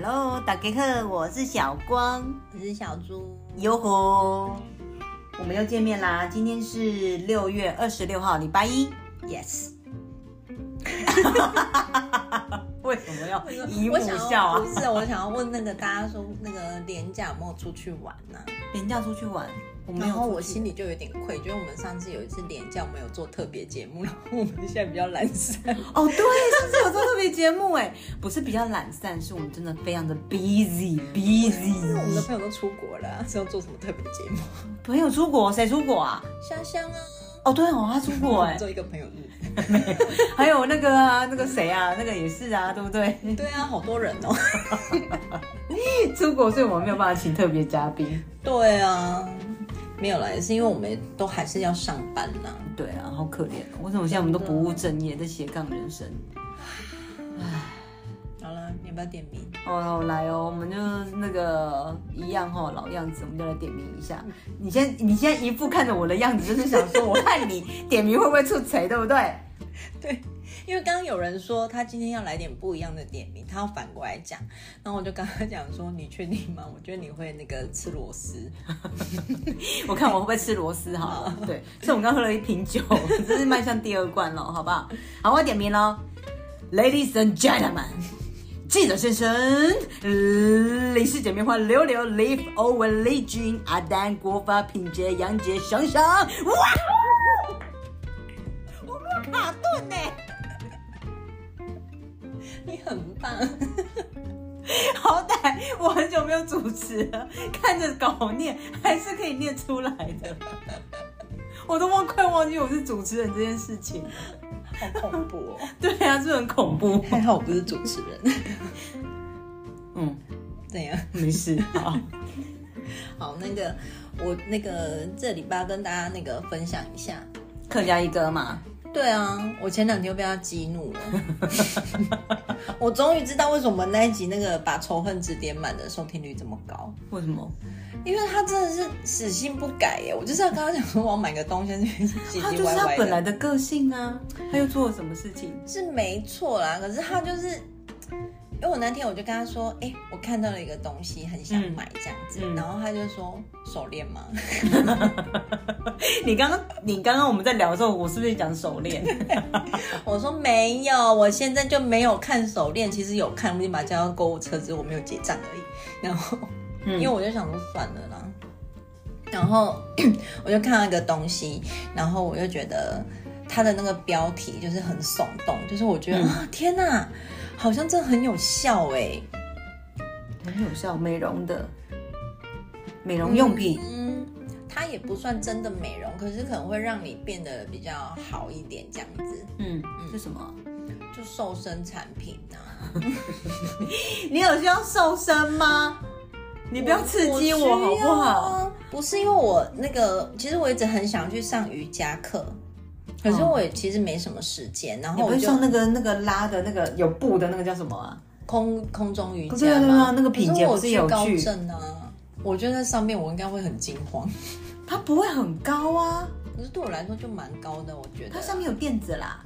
Hello， 大家好，我是小光， 我是小猪。 哟吼，我们又见面啦！今天是6月26号，礼拜一。 Yes。 为什么要姨母笑啊？ 不是，我想要问那个大家说，那个连假有没有出去玩呢？ 连假出去玩，我没有。 然后我心里就有点愧疚，因为我们上次有一次连假，我们有做特别节目，然后我们现在比较懒散。 哦，对，上次有做特别节目，哎，不是比较懒散，是我们真的非常的 busy。 我们的朋友都出国了，是要做什么特别节目？ 朋友出国，谁出国啊？ 香香啊。 哦，对哦，他出国哎， 做一个朋友日。 还有那个啊，那个谁啊，那个也是啊，对不对？ 对啊，好多人哦。 出国，所以我们没有办法请特别嘉宾。 对啊，没有啦，也是因为我们都还是要上班啦。 对啊，好可怜哦！为什么现在我们都不务正业，在斜杠人生？ 好了，你要不要点名？ 哦，来哦，我们就那个一样哈，老样子，我们就来点名一下。你现在一副看着我的样子，就是想说，我看你点名会不会出锤，对不对？ 对，因为刚刚有人说他今天要来点不一样的点名，他要反过来讲，然后我就跟他讲说，你确定吗？我觉得你会那个吃螺丝。 我看我会不会吃螺丝好了。对，所以我们刚喝了一瓶酒，这是迈向第2罐了，好不好？好，我要点名咯 Ladies and gentlemen， 记者先生，李氏姐妹花柳柳、李欧文、李俊、阿丹、国发、品杰、杨杰、想想，哇！我没有卡顿呢。 你很棒。 好歹我很久没有主持了，看着稿念还是可以念出来的。我都快忘记我是主持人这件事情了， 好恐怖哦。 对啊，是很恐怖。 还好我不是主持人。怎样？ 没事。 好，那个我那个这礼拜要跟大家那个分享一下客家一哥嘛。 对啊，我前2天又被他激怒了。我终于知道为什么那一集那个把仇恨值点满的收听率这么高。 为什么？ 因为他真的是死性不改耶！我就是要跟他讲说，我要买个东西， 他就是他本来的个性啊。他又做了什么事情？ 是没错啦，可是他就是，因为我那天我就跟他说，我看到了一个东西，很想买这样子，然后他就说手链吗？ 你刚刚我们在聊的时候，我是不是讲手链？ 我说没有，我现在就没有看手链，其实有看，我已经把它交到购物车，只是我没有结账而已。然后，因为我就想说算了啦，然后我就看到一个东西，然后我就觉得它的那个标题就是很耸动，就是我觉得天哪，好像真的很有效欸。 很有效，美容用品。 它也不算真的美容，可是可能会让你变得比较好一点这样子。 是什么？ 就瘦身产品啊。 你有需要瘦身吗？你不要刺激我好不好？ 不是因为我那个，其实我一直很想去上瑜伽课，可是我也其实没什么时间。然后我就上那个拉的那个有布的那个叫什么啊？ 空中瑜伽吗？ 对啊，那个品杰不是有高正啊？我觉得在上面我应该会很惊慌。 它不会很高啊， 可是对我来说就蛮高的，我觉得。 它上面有垫子啦。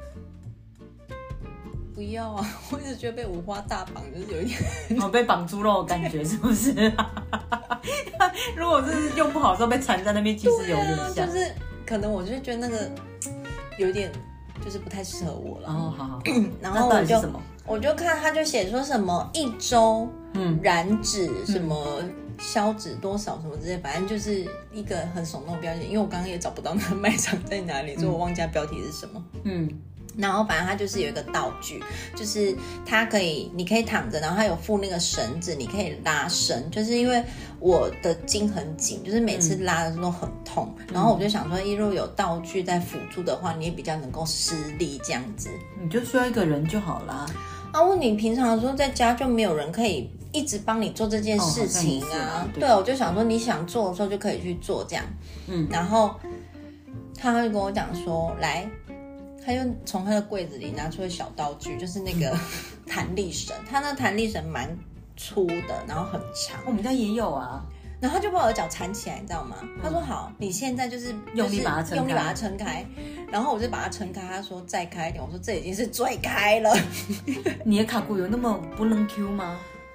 不要啊！我一直觉得被五花大绑，就是有一点被绑猪肉的感觉，是不是？如果是用不好的时候被缠在那边，其实有点像。 就是可能我就觉得那个有点就是不太适合我了。 好。 然后我就看他就写说什么1周燃脂什么消脂多少什么之类，反正就是一个很耸动的标题。因为我刚刚也找不到那个卖场在哪里，所以我忘记标题是什么。然后反正它就是有一个道具，就是你可以躺着，然后它有附那个绳子，你可以拉伸。就是因为我的筋很紧，就是每次拉的时候都很痛，然后我就想说，如果有道具在辅助的话，你也比较能够施力这样子。 你就需要一个人就好啦。 问你平常的时候在家就没有人可以一直帮你做这件事情啊？对，我就想说你想做的时候就可以去做这样。然后他就跟我讲说，来。他就从他的柜子里拿出了小道具，就是那个弹力绳。他那弹力绳蛮粗的，然后很长。 我们家也有啊。 然后他就把我的脚缠起来，你知道吗？他说好，你现在就是用力把它撑开。然后我就把它撑开，他说再开一点，我说这已经是最开了。 你的卡骨有那么不能 Q 吗？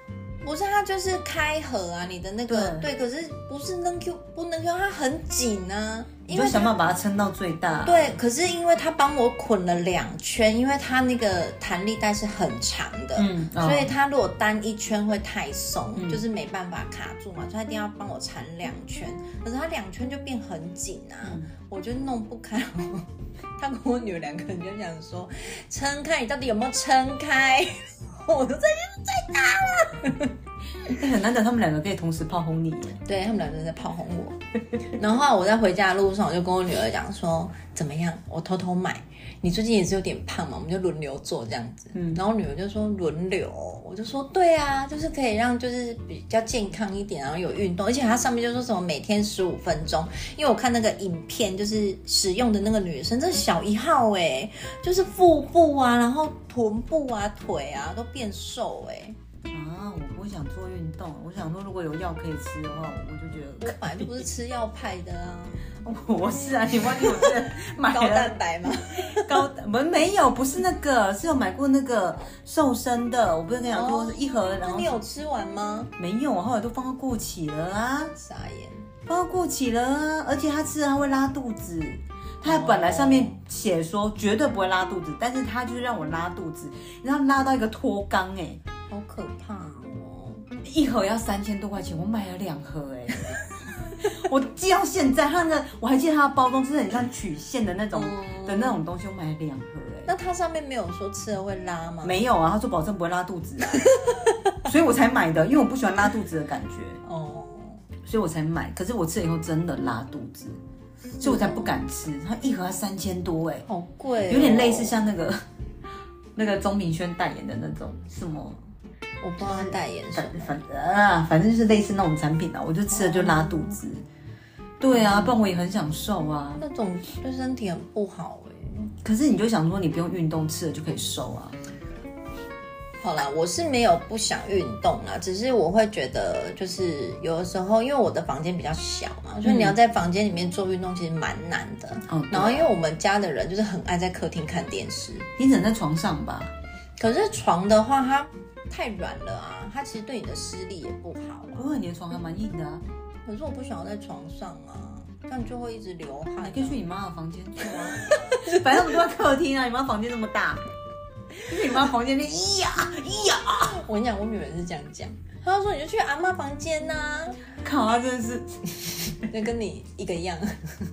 不是，它就是开合啊，你的那个对，可是不是能 Q 不能 Q， 它很紧啊， 你就想办法把它撑到最大。 对，可是因为它帮我捆了2圈，因为它那个弹力带是很长的，所以它如果单一圈会太松，就是没办法卡住嘛，所以它一定要帮我缠2圈，可是它2圈就变很紧啊，我就弄不开。他跟我女儿2个人就想说，撑开，你到底有没有撑开？我说这就是最大了。 很难得他们2个可以同时炮轰你耶。 对，他们2个在炮轰我。然后后来我在回家的路上，我就跟我女儿讲说，怎么样？我偷偷买。你最近也是有点胖嘛，我们就轮流做这样子。然后我女儿就说轮流，我就说对啊，就是可以让就是比较健康一点，然后有运动，而且它上面就说什么每天15分钟。因为我看那个影片，就是使用的那个女生，这小1号哎，就是腹部啊，然后臀部啊、腿啊都变瘦哎。 我不想做运动，我想说如果有药可以吃的话，我就觉得我本来就不是吃药派的啊。 我是啊，你忘记我是买了高蛋白吗？ 没有，不是那个，是有买过那个瘦身的。我不是跟你讲说是1盒，然后你有吃完吗？ 没有，我后来都放到过期了啊。 傻眼， 放到过期了啊！而且它吃了它会拉肚子。它本来上面写说绝对不会拉肚子，但是它就是让我拉肚子，然后拉到一个脱肛哎， 好可怕哦 ！1盒要3000多块钱，我买了2盒哎。我记到现在，它那个我还记得它的包装是很像曲线的那种、东西，我买了2盒哎。 那它上面没有说吃了会拉吗？ 没有啊，他说保证不会拉肚子啊，所以我才买的，因为我不喜欢拉肚子的感觉哦，所以我才买。可是我吃了以后真的拉肚子，所以我才不敢吃。它1盒要3000多哎， 好贵、 有点类似像那个钟明轩代言的那种什么。 我不知道他代言什么， 反正就是类似那种产品啊，我就吃了就拉肚子。对啊，不然我也很想瘦啊。 那种对身体很不好哎。 可是你就想说你不用运动吃了就可以瘦啊。 好啦，我是没有不想运动啦，只是我会觉得就是有的时候，因为我的房间比较小嘛，所以你要在房间里面做运动其实蛮难的。然后因为我们家的人就是很爱在客厅看电视， 你只能在床上吧？ 可是床的话它太软了啊，它其实对你的施力也不好啊。 不过你的床还蛮硬的啊。 可是我不想要在床上啊，这样就会一直流汗。 你可以去你妈的房间住啊，反正我们都在客厅啊，你妈房间那么大，就是你妈房间里呀。 我跟你讲，我女儿是这样讲，她说你就去阿嬷房间啊。 靠，她真的是， 就跟你一个样。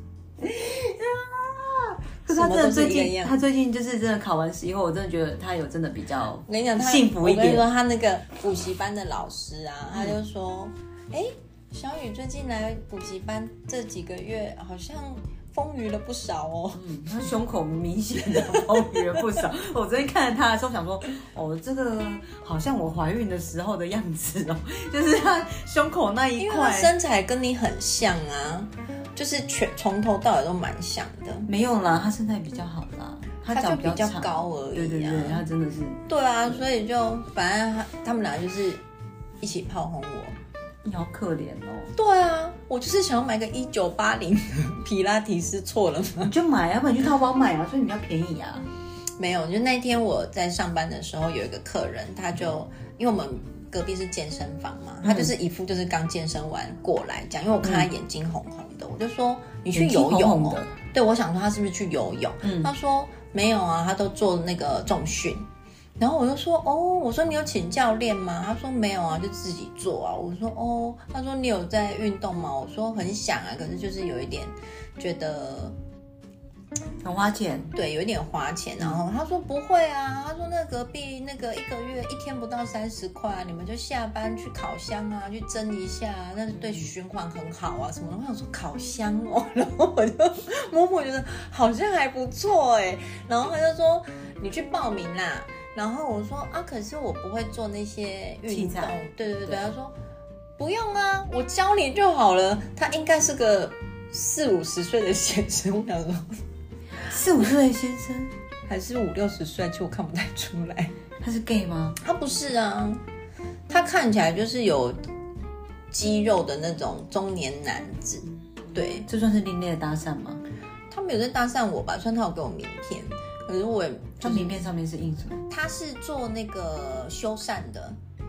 可是他最近就是真的考完试以后，我真的觉得他有真的比较， 我跟你讲， 幸福一点。 我跟你说，他那个补习班的老师啊，他就说，小雨最近来补习班这几个月，好像丰腴了不少哦。 他胸口明显的丰腴了不少。我昨天看着他的时候想说，这个好像我怀孕的时候的样子哦，就是他胸口那一块， 因为他身材跟你很像啊。就是从头到尾都蛮像的。 没有啦，他身材比较好啦，他脚比较高而已啊。 对，他真的是。 对啊，所以就反正他们俩就是一起炮轰我。 你好可怜哦。 对啊，我就是想要买个1980皮拉提斯，错了吗？ 你就买啊，要不然你去淘宝买啊，所以比较便宜啊。 没有，就那天我在上班的时候，有一个客人，他就因为我们隔壁是健身房嘛，他就是一副就是刚健身完过来讲，因为我看他眼睛红红的，我就说你去游泳哦。对，我想说他是不是去游泳？他说没有啊，他都做那个重训。然后我就说我说你有请教练吗？他说没有啊，就自己做啊。我说他说你有在运动吗？我说很想啊，可是就是有一点觉得很花钱。 对，有一点花钱。然后他说不会啊，他说那隔壁那个1个月1天不到30块啊，你们就下班去烤箱啊，去蒸一下啊，那对循环很好啊什么的。我想说烤箱哦，然后我就摸摸觉得好像还不错哎，然后他就说你去报名啦。然后我说啊，可是我不会做那些运动。对，他说不用啊，我教你就好了。他应该是个40-50岁的先生，我想说 40-50岁的先生还是50-60岁，其实我看不太出来。 他是 gay 吗？ 他不是啊，他看起来就是有肌肉的那种中年男子。对， 这算是另类的搭讪吗？ 他没有在搭讪我吧，虽然他有给我名片，可是我也、 他名片上面是印什么？ 他是做那个修缮的，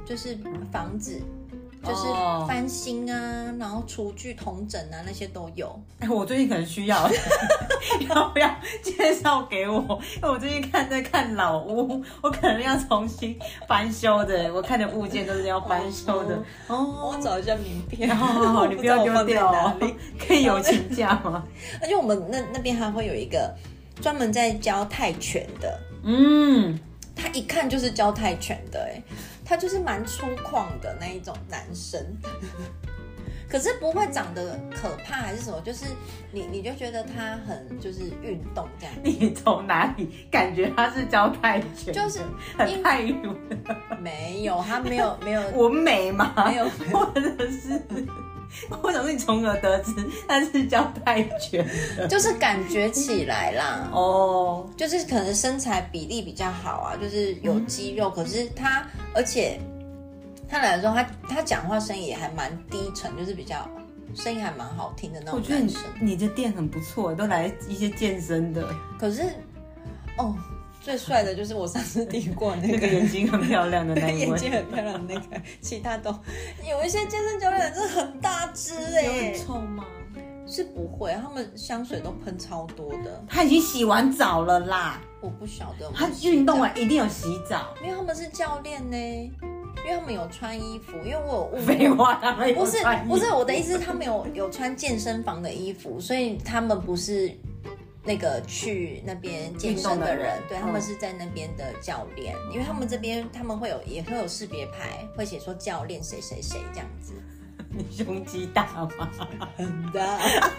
就是房子。就是翻新啊，然后厨具统整啊，那些都有。 我最近可能需要，要不要介绍给我？因为我最近在看老屋，我可能要重新翻修的。我看的物件都是要翻修的。 我找一下名片。 好，你不要丢掉哦。可以友情价吗？ 而且我们那边还会有一个专门在教泰拳的。他一看就是教泰拳的，他就是蛮粗犷的那一种男生，可是不会长得可怕还是什么，就是你就觉得他很就是运动这样。 你从哪里感觉他是教泰拳？ 就是很泰鲁， 没有，他没有我美吗？ 没有， 或者是。我想说你从何得知他是教泰拳的？ 就是感觉起来啦，就是可能身材比例比较好啊，就是有肌肉，可是他，而且他来的时候，他讲话声音也还蛮低沉，就是比较声音还蛮好听的那种男生。 我觉得你的店很不错，都来一些健身的。 可是，最帅的就是我上次提过那个眼睛很漂亮的那一位， 眼睛很漂亮的那个，其他都有一些健身教练真的很大只有很臭吗？ 是不会，他们香水都喷超多的。 他已经洗完澡了啦， 我不晓得。 他运动完一定有洗澡， 因为他们是教练呢，因为他们有穿衣服，因为我有废话，他们不是我的意思，他们有穿健身房的衣服，所以他们不是。那个去那边健身的人，对，他们是在那边的教练，因为他们这边他们也会有识别牌，会写说教练谁谁谁这样子。 你胸肌大吗？ 很大，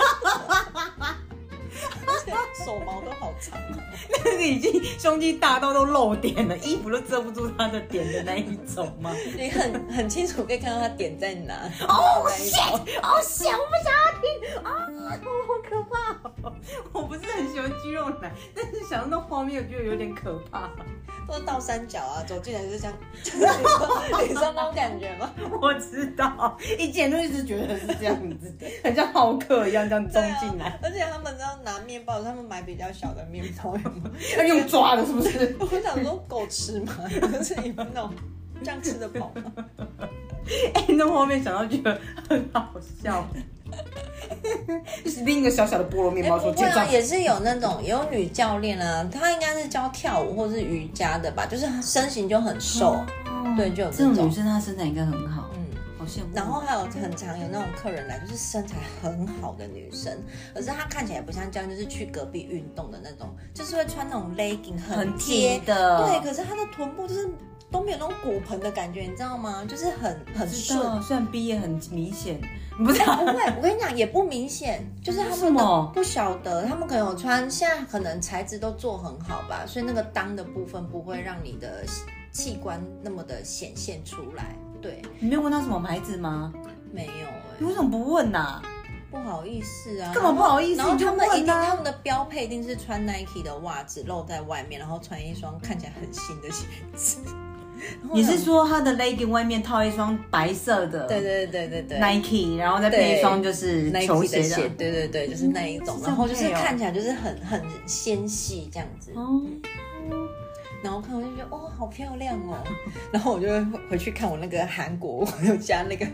手毛都好长哦。 那个已经胸肌大到都露点了，衣服都遮不住他的点的那一种吗？ 你很清楚可以看到他点在哪。 shit，我不想要听啊，好可怕哦！我不是很喜欢肌肉男，但是想到那画面，我觉得有点可怕。 都是倒三角啊，走进来就是这样，你知道那种感觉吗？ 我知道，以前都一直觉得是这样子，很像浩克一样这样冲进来。 而且他们知道拿面包，他们买比较小的面包， 要用抓的，是不是？ 我想说狗吃嘛，是你们那种这样吃得饱吗？ 那画面想到觉得很好笑。就是拎一个小小的菠萝面包说， 也是有那种有女教练啊，她应该是教跳舞或是瑜伽的吧，就是身形就很瘦，对，就有这种女生，她身材应该很好，好羡慕。 然后还有很常有那种客人来，就是身材很好的女生，可是她看起来不像这样，就是去隔壁运动的那种，就是会穿那种 legging 很贴的， 对，可是她的臀部就是都没有那种骨盆的感觉，你知道吗？就是很顺， 虽然逼也很明显。不是、 不会，我跟你讲也不明显，就是他们不晓得，他们可能有穿，现在可能材质都做很好吧，所以那个裆的部分不会让你的器官那么的显现出来。对， 你没有问他什么牌子吗？ 没有你为什么不问啊？ 不好意思啊， 干嘛不好意思？ 然后他们一定，他们的标配一定是穿 Nike 的袜子露在外面，然后穿一双看起来很新的鞋子。 你是说他的 legging 外面套一双白色的？ 对 Nike， 然后再配一双就是球鞋的， 对，就是那一种，然后就是看起来就是很纤细这样子。然后看我就觉得好漂亮哦，然后我就回去看我那个韩国，我有加那个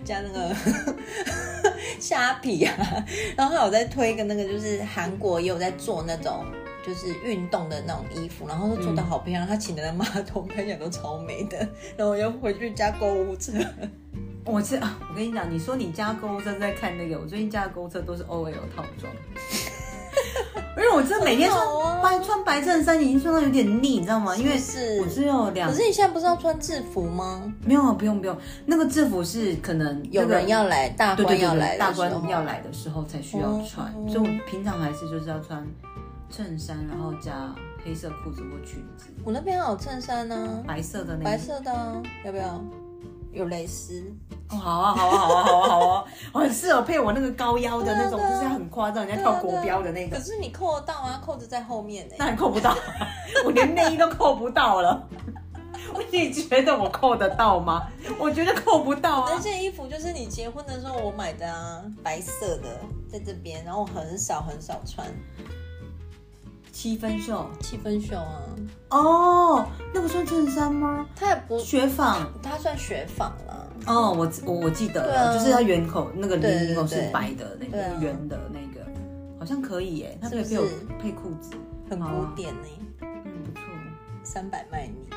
虾皮啊，然后还有在推一个那个就是韩国也有在做那种。就是运动的那种衣服，然后都做得好漂亮，他请的那马桶看起来都超美的，然后我又回去加购物车。 我跟你讲，你说你加购物车在看那个，我最近加的购物车都是 OL 套装，因为我真的每天穿白衬衫已经穿到有点腻，你知道吗？因为我是有可是你现在不是要穿制服吗？ 没有，不用，那个制服是可能有人要来，大官要来， 大官要来的时候才需要穿，所以我平常还是就是要穿。衬衫，然后加黑色裤子或裙子。 我那边有衬衫啊， 白色的那个。 白色的啊，要不要？有蕾丝。 好啊，我很适合配我那个高腰的那种，就是很夸张，人家跳国标的那个。 可是你扣得到啊，扣子在后面那你扣不到，我连内衣都扣不到了。你觉得我扣得到吗？我觉得扣不到啊。 那件衣服就是你结婚的时候我买的啊，白色的，在这边，然后我很少穿。 七分袖啊。 哦，那个算衬衫吗？ 它也不雪纺， 它算雪纺啦。 哦，我记得了，就是它圆口那个领口是白的那个圆的那个，好像可以耶，它可以配裤子， 很古典呢。 不错 ，300卖你。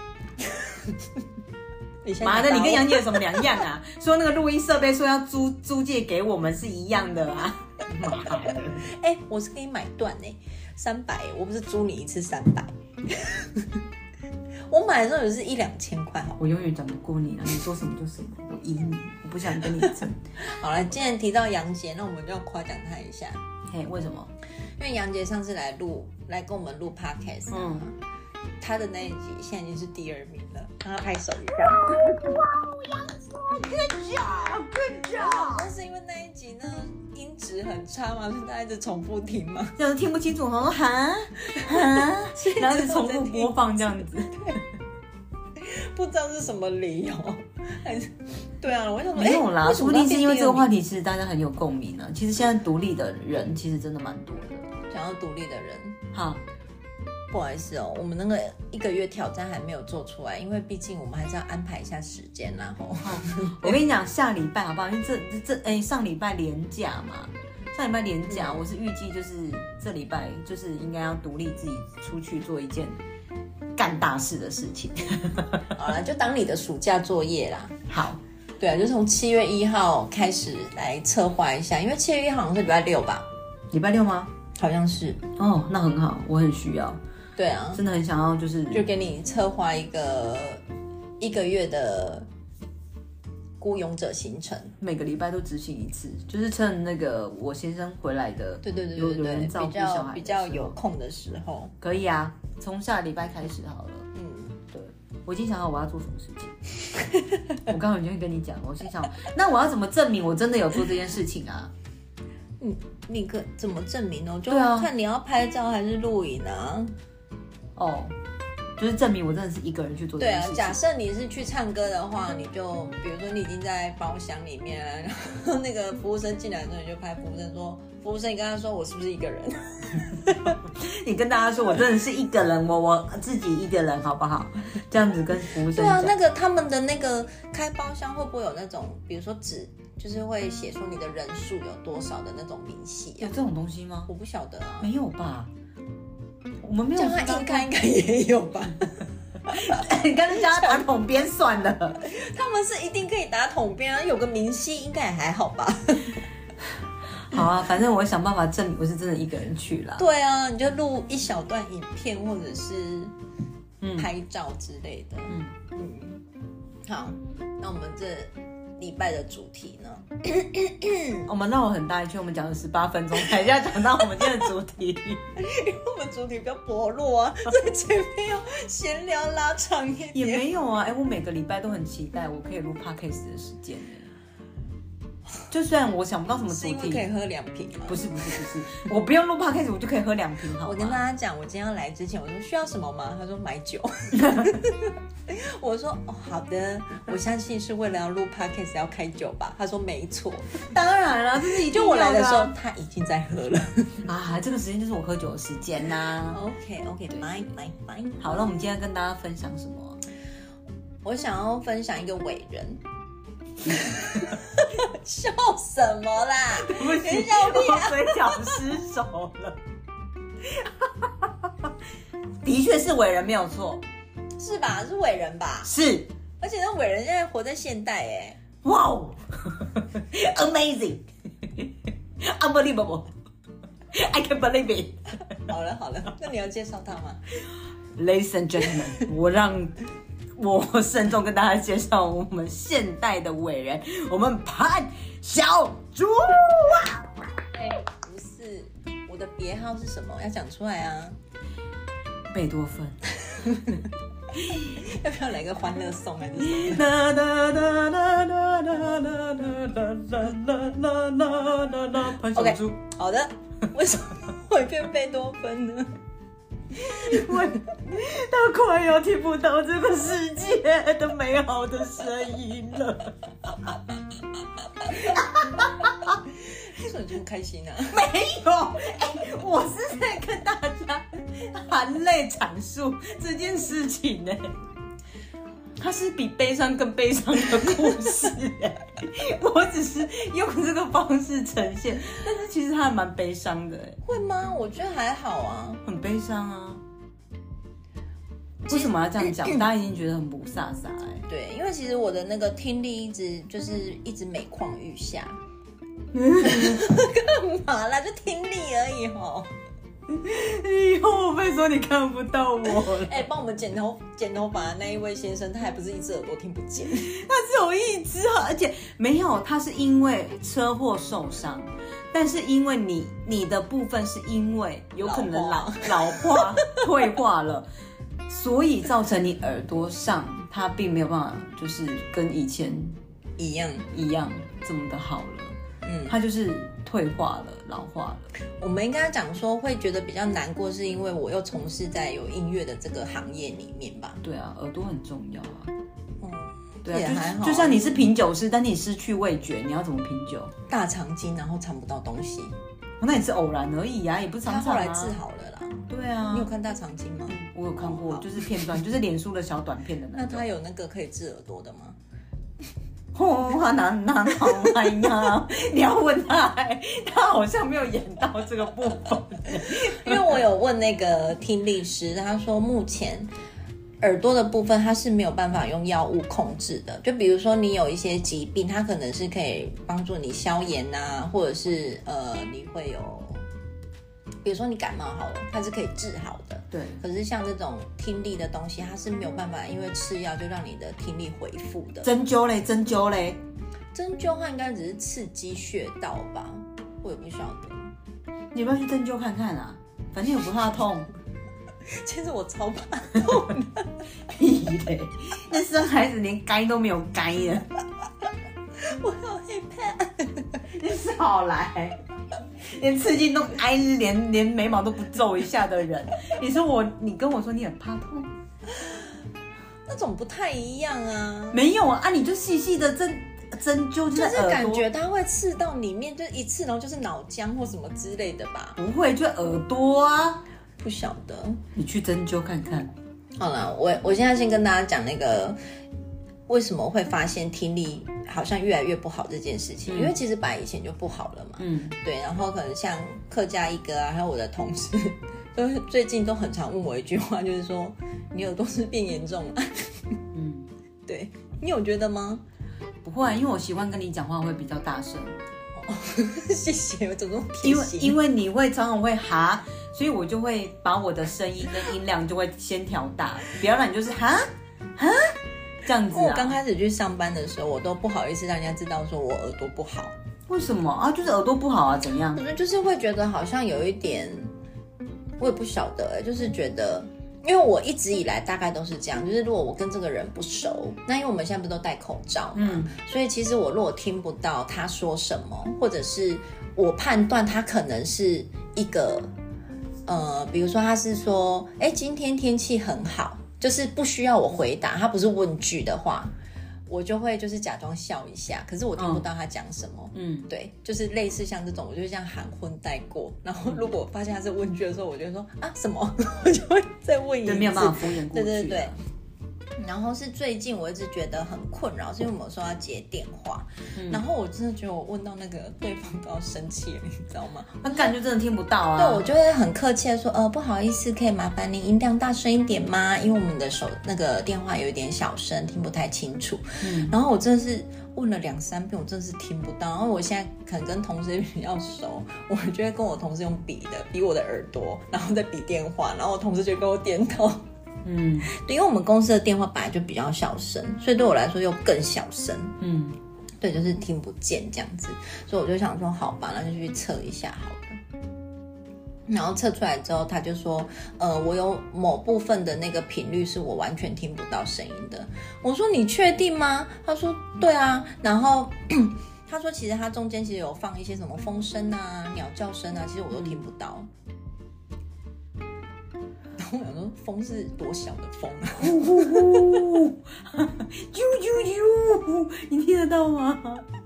妈的，你跟杨姐有什么两样啊？说那个录音设备说要租借给我们是一样的啊。妈的， 我是可以买断呢，300，我不是租你一次300。我买的时候也是1-2千块， 我永远讲不过你了，你说什么就什么，我依你，我不想跟你争。 好了，既然提到杨姐，那我们就要夸奖她一下。 嘿，为什么？ 因为杨姐上次来跟我们录 podcast，她的那一集现在已经是第2名了，让她拍手一下。哇，杨姐 ，good job，good job。但是因为那一集呢音质很差嘛，所以大家一直重复听嘛， 这样听不清楚，然后哈，然后一直重复播放这样子。 不知道是什么理由，还是对啊，我想说没有啦，说不定是因为这个话题其实大家很有共鸣啊。其实现在独立的人其实真的蛮多的， 想要独立的人。 好， 不好意思哦，我们那个1个月挑战还没有做出来，因为毕竟我们还是要安排一下时间啦。 我跟你讲，下礼拜好不好？因为上礼拜连假嘛，我是预计就是这礼拜就是应该要独立自己出去做一件干大事的事情。 好了，就当你的暑假作业啦。 好， 对啊，就从7月1号开始来策划一下，因为7月1号好像是礼拜6吧？ 礼拜6吗？ 好像是。 哦，那很好，我很需要。 对啊， 真的很想要，就给你策划一个1个月的孤勇者行程， 每个礼拜都执行一次，就是趁那个我先生回来的， 对， 有人照顾小孩比较有空的时候， 可以啊，从下礼拜开始好了。对，我已经想好我要做什么事情。我刚刚已经跟你讲了，我心想，那我要怎么证明我真的有做这件事情啊？ 你怎么证明呢？就看你要拍照还是录影啊。 哦，就是证明我真的是一个人去做这件事情。 对啊，假设你是去唱歌的话，你就比如说你已经在包厢里面啊，然后那个服务生进来的时候，你就拍服务生说：“服务生，你跟他说我是不是一个人？” 你跟大家说我真的是一个人，我自己一个人，好不好？这样子跟服务生讲。 对啊，那个他们的那个开包厢会不会有那种，比如说就是会写说你的人数有多少的那种明细啊？ 有这种东西吗？ 我不晓得啊， 没有吧？我们没有。 叫他应该也有吧？ 你干脆叫他打统编算了。 他们是一定可以打统编啊，有个明细应该也还好吧？ 好啊，反正我会想办法证明我是真的一个人去啦。 对啊，你就录一小段影片或者是拍照之类的。好，那我们这礼拜的主题呢？ 我们绕了很大一圈，我们讲了18分钟才要讲到我们今天的主题。 因为我们主题比较薄弱啊，所以前面要闲聊拉长一点。 也没有啊，我每个礼拜都很期待我可以录 podcast 的时间。就虽然我想不到什么主题， 是因为可以喝2瓶吗？ 不是，我不用录 podcast 我就可以喝2瓶，好吗？ 我跟大家讲，我今天要来之前，我说需要什么吗？他说买酒。我说好的，我相信是为了要录 podcast 要开酒吧。他说没错， 当然了，这是一定要的。 就我来的时候，他已经在喝了啊，这个时间就是我喝酒的时间呐。 OK，fine。 好，那我们今天跟大家分享什么？ 我想要分享一个伟人。笑什么啦？ 不行，我嘴角失手了。的确是伟人，没有错， 是吧？是伟人吧？ 是， 而且那伟人现在活在现代，哎， 哇哦 ，amazing， unbelievable， I can't believe it。 好了，那你要介绍他吗 ？Ladies and gentlemen， 我慎重跟大家介绍我们现代的伟人，我们潘小猪。 不是，我的别号是什么？要讲出来啊！ 贝多芬。 要不要来个欢乐颂还是什么 ？OK， 好的。为什么会变贝多芬呢？ 因为他快要听不到这个世界的美好的声音了。 么这么开心啊？ 没有，我是在跟大家含泪阐述这件事情呢。它是比悲伤更悲伤的故事我只是用这个方式呈现，但是其实它还蛮悲伤的。 会吗？我觉得还好啊， 很悲伤啊。为什么要这样讲？大家已经觉得很不飒飒对，因为其实我的那个听力一直每况愈下。干嘛啦？就听力而已吼。 以后我被说你看不到我了。 帮我们剪头发的那一位先生，他还不是一只耳朵听不见， 他只有一只，而且没有，他是因为车祸受伤，但是因为你的部分是因为有可能老化退化了，所以造成你耳朵上它并没有办法，就是跟以前一样这么的好了。它就是退化了，老化了。 我们应该讲说会觉得比较难过，是因为我又从事在有音乐的这个行业里面吧？ 对啊，耳朵很重要啊。对也还好就像你是品酒师，但你失去味觉，你要怎么品酒？ 大肠经，然后尝不到东西。 那也是偶然而已啊，也不是常常啊。 他后来治好了啦。 对啊。 你有看大肠经吗？ 我有看过，就是片段，就是脸书的小短片的那个。 那他有那个可以治耳朵的吗？ 好难好难呀！你要问他，他好像没有演到这个部分。 因为我有问那个听力师，他说目前耳朵的部分它是没有办法用药物控制的。就比如说你有一些疾病，它可能是可以帮助你消炎啊，或者是你会有，比如说你感冒好了，它是可以治好的。 对。 可是像这种听力的东西，它是没有办法因为吃药就让你的听力恢复的。 针灸嘞，针它应该只是刺激穴道吧，我也不晓得。 你要不要去针灸看看啊？反正也不怕痛。 其实我超怕痛的。 屁嘞！那生孩子连该都没有该的。 我好害怕。 你少来。连刺激都挨，连眉毛都不皱一下的人，你跟我说你很怕痛， 那种不太一样啊。 没有啊，你就细细的针灸， 就是感觉它会刺到里面，就一刺，然后就是脑浆或什么之类的吧？ 不会，就耳朵啊。 不晓得， 你去针灸看看。 好了，我现在先跟大家讲那个为什么会发现听力好像越来越不好这件事情，因为其实本来以前就不好了嘛。对，然后可能像客家一哥啊，还有我的同事，最近都很常问我一句话，就是说你耳朵是变严重了。对，你有觉得吗？ 不会，因为我习惯跟你讲话会比较大声。 谢谢，我怎么贴心？ 因为你会常常会哈，所以我就会把我的声音跟音量就会先调大，不要让你就是哈这样子啊。 我刚开始去上班的时候，我都不好意思让人家知道说我耳朵不好。 为什么啊？就是耳朵不好啊？怎样？ 可能就是会觉得好像有一点，我也不晓得就是觉得。因为我一直以来大概都是这样，就是如果我跟这个人不熟，那因为我们现在不是都戴口罩嘛，所以其实我如果听不到他说什么，或者是我判断他可能是一个比如说他是说今天天气很好，就是不需要我回答，他不是问句的话，我就会就是假装笑一下，可是我听不到他讲什么。对，就是类似像这种，我就会这样含混带过。然后如果发现他是问句的时候，我就会说啊什么，我就会再问一次， 就没有办法敷衍过去。 对。然后是最近我一直觉得很困扰，是因为我们说要接电话，然后我真的觉得我问到那个对方都要生气了，你知道吗？ 那感觉真的听不到啊。 对，我就会很客气的说，不好意思，可以麻烦您音量大声一点吗？因为我们的那个电话有一点小声，听不太清楚。然后我真的是问了2-3遍，我真的是听不到。然后我现在可能跟同事比较熟，我就会跟我同事用比我的耳朵，然后再比电话，然后我同事就跟我点头。对，因为我们公司的电话本来就比较小声，所以对我来说又更小声。对，就是听不见这样子，所以我就想说，好吧，那就去测一下好了。然后测出来之后，他就说，我有某部分的那个频率是我完全听不到声音的。我说你确定吗？他说对啊。然后他说其实他中间其实有放一些什么风声啊、鸟叫声啊，其实我都听不到。我想说风是多小的风啊， 啾啾啾，你听得到吗？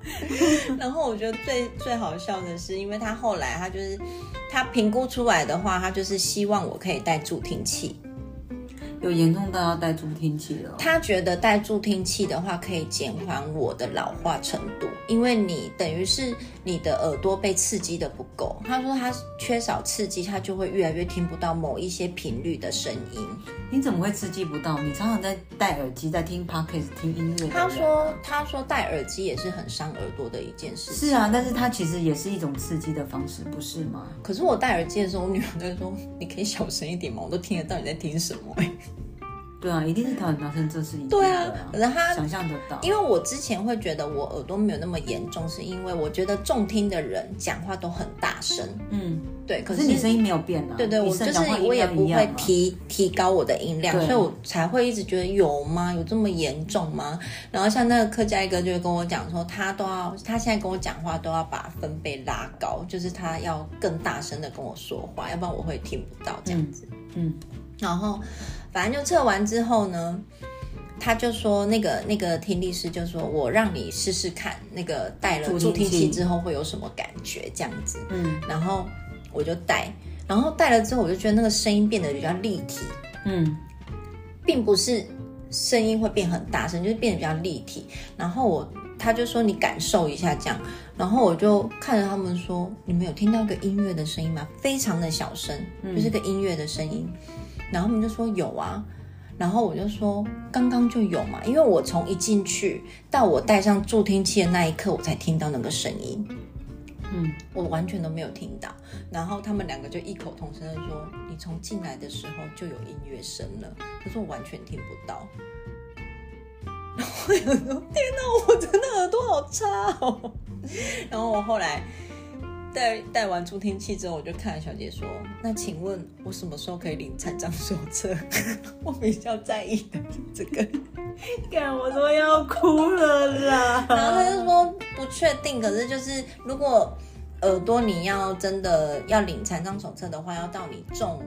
然后我觉得最好笑的是，因为他后来他评估出来的话，他就是希望我可以戴助听器。 有严重到要戴助听器了。 他觉得戴助听器的话可以减缓我的老化程度，因为你等于是你的耳朵被刺激的不够。他说他缺少刺激，他就会越来越听不到某一些频率的声音。 你怎么会刺激不到？你常常在戴耳机，在听 podcast 听音乐。 他说戴耳机也是很伤耳朵的一件事情。 是啊，但是它其实也是一种刺激的方式，不是吗？ 可是我戴耳机的时候，我女儿就说：“你可以小声一点吗？我都听得到你在听什么。” 对啊，一定是调整到声，这是一定的。 对啊，可是他想象得到。 因为我之前会觉得我耳朵没有那么严重，是因为我觉得重听的人讲话都很大声。对。可是你声音没有变啊。 对，我也不会提高我的音量，所以我才会一直觉得有吗？有这么严重吗？然后像那个客家一哥就会跟我讲说，他现在跟我讲话都要把分贝拉高，就是他要更大声的跟我说话，要不然我会听不到这样子。然后反正就测完之后呢，他就说那个听力师就说，我让你试试看那个戴了助听器之后会有什么感觉这样子。然后我就戴，然后戴了之后我就觉得那个声音变得比较立体。并不是声音会变很大声，就是变得比较立体。然后他就说你感受一下这样，然后我就看着他们说，你们有听到一个音乐的声音吗？非常的小声，就是个音乐的声音。然后他们就说有啊，然后我就说刚刚就有嘛，因为我从一进去到我戴上助听器的那一刻，我才听到那个声音。我完全都没有听到。然后他们两个就异口同声的说，你从进来的时候就有音乐声了。可是我完全听不到。然后我想说，天哪，我真的耳朵好差哦。然后我后来戴完助听器之后，我就看了小姐说，那请问我什么时候可以领残障手册？我比较在意的是这个。 干，我都要哭了啦。 然后他就说不确定，可是就是如果耳朵你要真的要领残障手册的话，要到你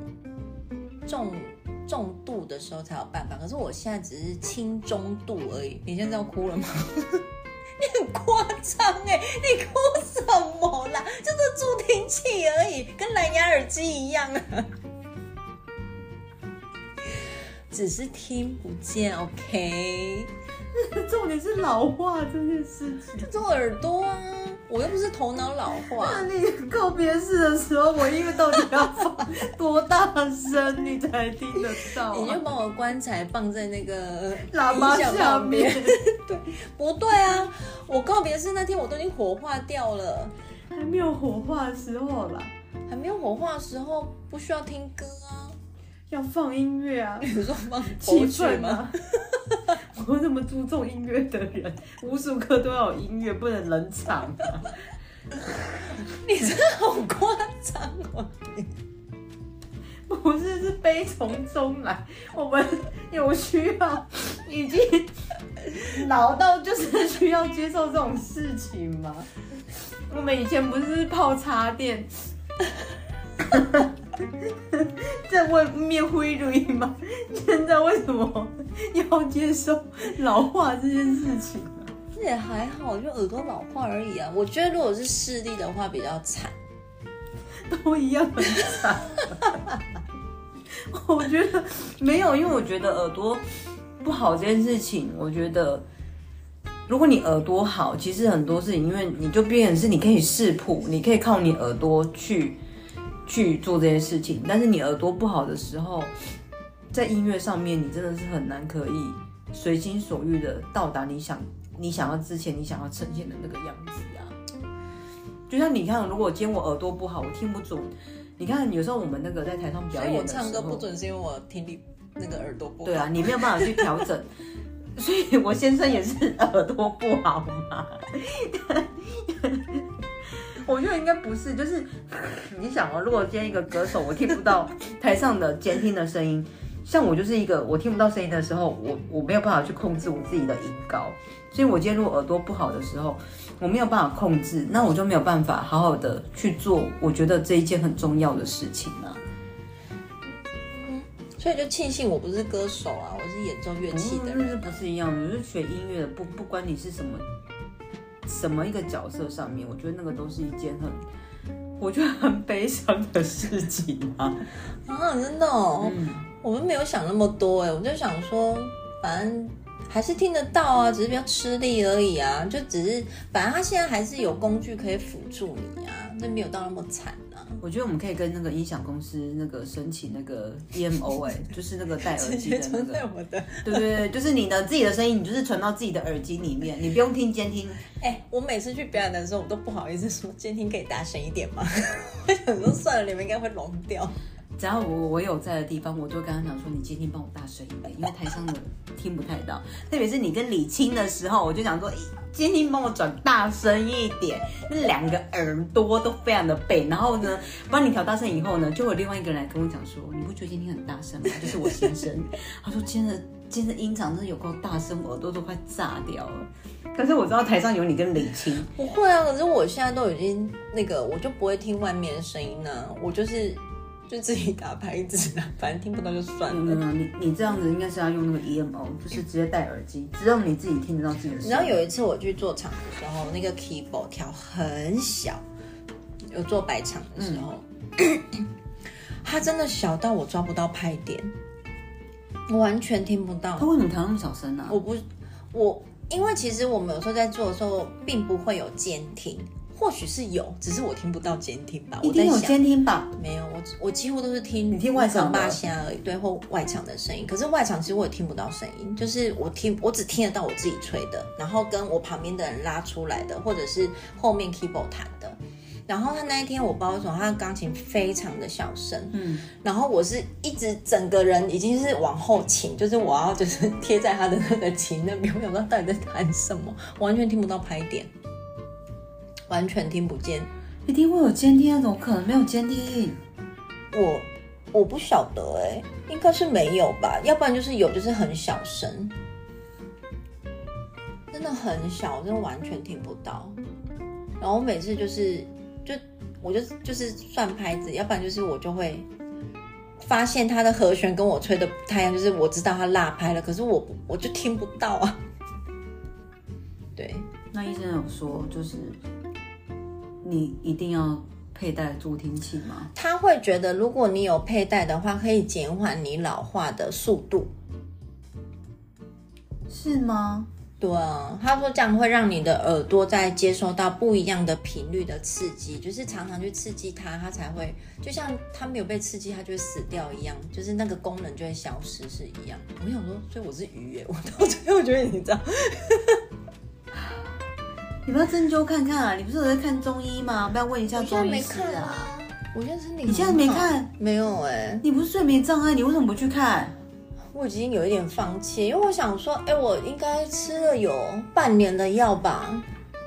重度的时候才有办法。可是我现在只是轻中度而已。你现在要哭了吗？你很夸张欸，你哭什么啦？就是助听器而已，跟蓝牙耳机一样啊。只是听不见 ，OK。 重点是老化这件事情， 就做耳朵啊，我又不是头脑老化。 那你告别式的时候，我音乐到底要放多大声你才听得到啊？ 你就把我棺材放在那个喇叭下面。 对，不对啊，我告别式那天我都已经火化掉了。 还没有火化的时候啦。 还没有火化的时候不需要听歌啊， 要放音乐啊。 你说放气氛吗？我这么注重音乐的人，无时无刻都要有音乐，不能冷场啊。 你真的好夸张哦！ 不是，是悲从中来。我们有需要，已经老到就是需要接受这种事情吗？我们以前不是泡茶店，在外面挥泪吗？现在为什么要接受老化这件事情啊？ 这也还好，就耳朵老化而已啊。我觉得如果是视力的话比较惨， 都一样很惨。我觉得没有，因为我觉得耳朵不好这件事情，我觉得如果你耳朵好，其实很多事情，因为你就变成是你可以视谱，你可以靠你耳朵去做这些事情。但是你耳朵不好的时候，在音乐上面，你真的是很难可以随心所欲的到达你想要之前你想要呈现的那个样子啊。就像你看，如果今天我耳朵不好，我听不准。你看，有时候我们那个在台上表演的时候， 所以我唱歌不准是因为我听力那个耳朵不好。 对啊，你没有办法去调整。所以我先生也是耳朵不好嘛。我觉得应该不是，就是你想哦，如果今天一个歌手我听不到台上的监听的声音，像我就是一个我听不到声音的时候，我没有办法去控制我自己的音高，所以我今天如果耳朵不好的时候，我没有办法控制，那我就没有办法好好的去做我觉得这一件很重要的事情啊。 所以就庆幸我不是歌手啊，我是演奏乐器的人。 不是一样的，就是学音乐的不管你是什么什么一个角色上面，我觉得那个都是一件我觉得很悲伤的事情啊。 真的哦，我们没有想那么多我就想说，反正还是听得到啊，只是比较吃力而已啊，就只是反正他现在还是有工具可以辅助你啊，这没有到那么惨啊。 我觉得我们可以跟那个音响公司那个申请那个 EMO 就是那个戴耳机的那个，对对对，就是你的自己的声音，你就是传到自己的耳机里面，你不用听监听。 我每次去表演的时候，我都不好意思说监听可以大声一点吗？我想说算了，你们应该会聋掉。 只要我有在的地方，我就跟他讲说，你监听帮我大声一点，因为台上的听不太到。特别是你跟李青的时候，我就想说，监听帮我转大声一点，那2个耳朵都非常的背。然后呢，帮你调大声以后呢，就有另外一个人来跟我讲说，你不觉得监听很大声吗？就是我先生，他说今天的音场真的有够大声，我耳朵都快炸掉了。但是我知道台上有你跟李青， 不会啊，可是我现在都已经我就不会听外面的声音了，我就自己打拍子啦，反正听不到就算了。 你这样子应该是要用那个 EMO， 就是直接戴耳机，只有你自己听得到自己的声音。 你知道有一次我去做场的时候，那个 keyboard 调很小，有做白场的时候，它真的小到我抓不到拍点，我完全听不到。 它为什么调那么小声啊？ 因为其实我们有时候在做的时候，并不会有监听。或许是有，只是我听不到监听吧。 一定有监听吧？ 没有，我几乎都是听你听外场八下而已，对，或外场的声音。可是外场其实我也听不到声音，就是我只听得到我自己吹的，然后跟我旁边的人拉出来的，或者是后面 keyboard 弹的。然后他那一天我不知道为什么，他的钢琴非常的小声，然后我是一直整个人已经是往后倾，就是我要就是贴在他的那个琴那边，我想不到到底在弹什么，完全听不到拍点。完全听不见， 一定会有监听啊！怎么可能没有监听？ 我不晓得应该是没有吧，要不然就是有，就是很小声，真的很小，真的完全听不到。然后我每次就是算拍子，要不然就是我就会发现他的和弦跟我吹的不太一样，就是我知道他落拍了，可是我就听不到啊。对， 那医生有说就是你一定要佩戴助听器吗？ 他会觉得如果你有佩戴的话，可以减缓你老化的速度。 是吗？ 对啊，他说这样会让你的耳朵在接收到不一样的频率的刺激，就是常常去刺激它，它才会就像它没有被刺激，它就会死掉一样，就是那个功能就会消失是一样。我想说，所以我是鱼耶，我到最后觉得你知道。 你不要针灸看看啊！你不是有在看中医吗？不要问一下中医师啊！ 我现在身体你现在没看？ 没有你不是睡眠障碍，你为什么不去看？ 我已经有一点放弃，因为我想说，我应该吃了有半年的药吧，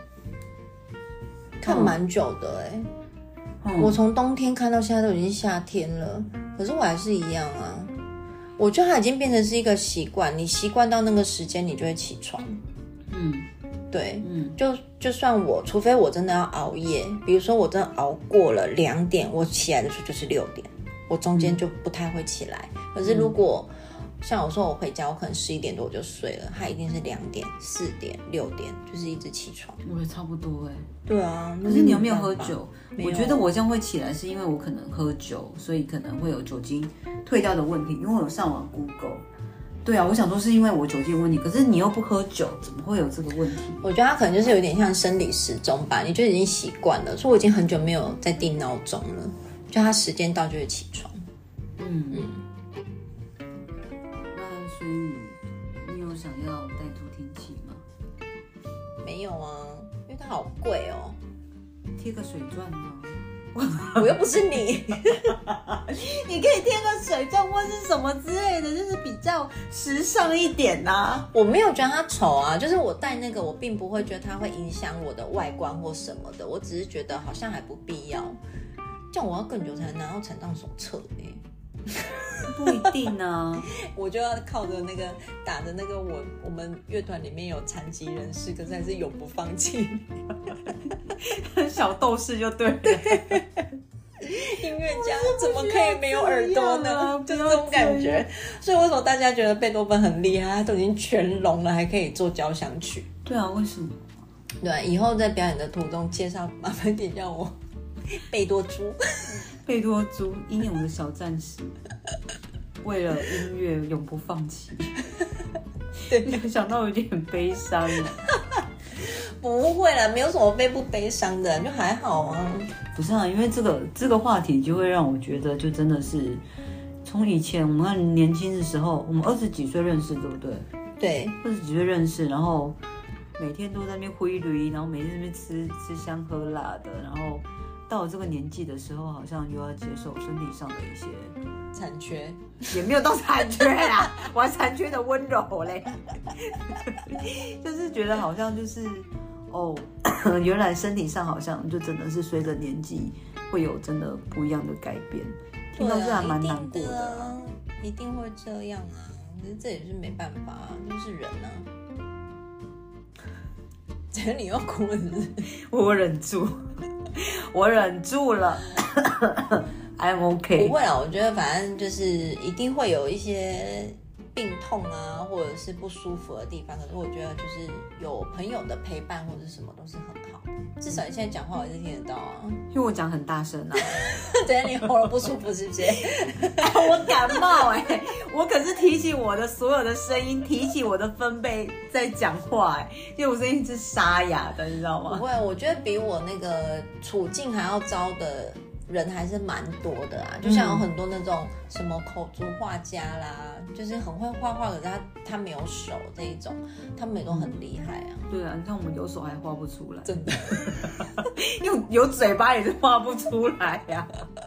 看蛮久的我从冬天看到现在都已经夏天了，可是我还是一样啊。我觉得它已经变成是一个习惯，你习惯到那个时间，你就会起床。对，就算除非我真的要熬夜，比如说我真的熬过了2点，我起来的时候就是6点，我中间就不太会起来。可是如果像我说我回家，我可能11点多我就睡了，它一定是2点、4点、6点，就是一直起床。 我也差不多对啊， 可是你有没有喝酒？我觉得我这样会起来，是因为我可能喝酒，所以可能会有酒精退掉的问题。因为我有上网 Google。对啊，我想说是因为我酒精的问题，可是你又不喝酒，怎么会有这个问题？ 我觉得它可能就是有点像生理时钟吧，你就已经习惯了，所以我已经很久没有在定闹钟了，就它时间到就会起床。 那所以你有想要戴助听器吗？ 没有啊，因为它好贵哦。 贴个水钻吗？ 我又不是你。 你可以贴个水钻或是什么之类的，就是比较时尚一点啊。 我没有觉得它丑啊，就是我戴那个我并不会觉得它会影响我的外观或什么的，我只是觉得好像还不必要，这样我要更久才能拿到残障手册不一定啊。 我就要靠着那个打着那个我们乐团里面有残疾人士，可是还是永不放弃。 小斗士就对了。 音乐家怎么可以没有耳朵呢？就是这种感觉。所以为什么大家觉得贝多芬很厉害，他都已经全聋了，还可以做交响曲？ 对啊，为什么？ 对，以后在表演的途中介绍，麻烦点叫我贝多猪。 贝多猪，英勇的小战士，为了音乐永不放弃。对，想到有点很悲伤了。 不会啦，没有什么悲不悲伤的，就还好啊。 不是啊，因为这个话题就会让我觉得，就真的是从以前我们年轻的时候，我们20几岁认识，对不对？ 对 ，20几岁认识，然后每天都在那边挥驴，然后每天在那边吃香喝辣的，然后到了这个年纪的时候，好像又要接受身体上的一些残缺， 也没有到残缺啦，我还残缺的温柔嘞，就是觉得好像就是哦，原来身体上好像就真的是随着年纪会有真的不一样的改变，听到是还蛮难过的啊，一定会这样啊，可是这也是没办法啊，就是人啊。觉得你要哭了是不是？ 我忍住，我忍住了。I'm OK。 不会啊，我觉得反正就是一定会有一些病痛啊，或者是不舒服的地方。可是我觉得就是有朋友的陪伴或者什么都是很好的。至少你现在讲话我也是听得到啊。 因为我讲很大声啊。 对，你喉咙不舒服是不是？ 我感冒我可是提起我的所有的声音，提起我的分贝在讲话因为我声音是沙哑的，你知道吗？ 不会，我觉得比我那个处境还要糟的人还是蛮多的啊，就像有很多那种什么口足画家啦，就是很会画画，可是他没有手这一种，他们也都很厉害啊。 对啊，你看我们有手还画不出来， 真的， 有嘴巴也是画不出来呀。